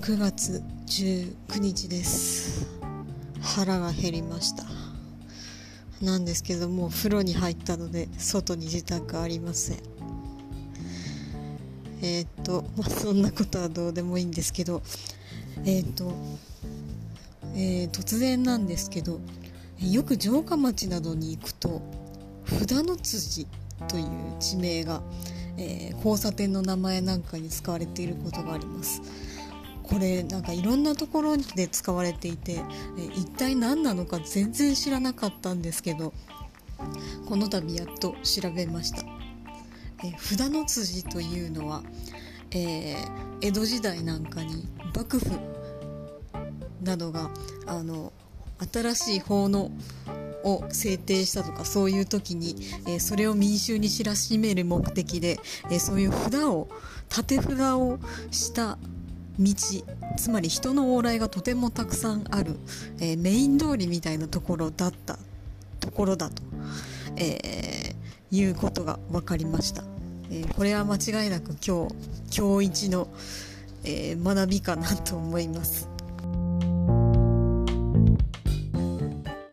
9月19日です。腹が減りました。なんですけども、風呂に入ったので外に自宅ありません。そんなことはどうでもいいんですけど、突然なんですけど、よく城下町などに行くと札の辻という地名が、交差点の名前なんかに使われていることがあります。これなんかいろんなところで使われていて、一体何なのか全然知らなかったんですけど、この度やっと調べました。札の辻というのは、江戸時代なんかに幕府などが新しい法のを制定したとか、そういう時に、それを民衆に知らしめる目的で、そういう縦札をした道、つまり人の往来がとてもたくさんある、メイン通りみたいなところだと、いうことが分かりました。これは間違いなく今日一の、学びかなと思います。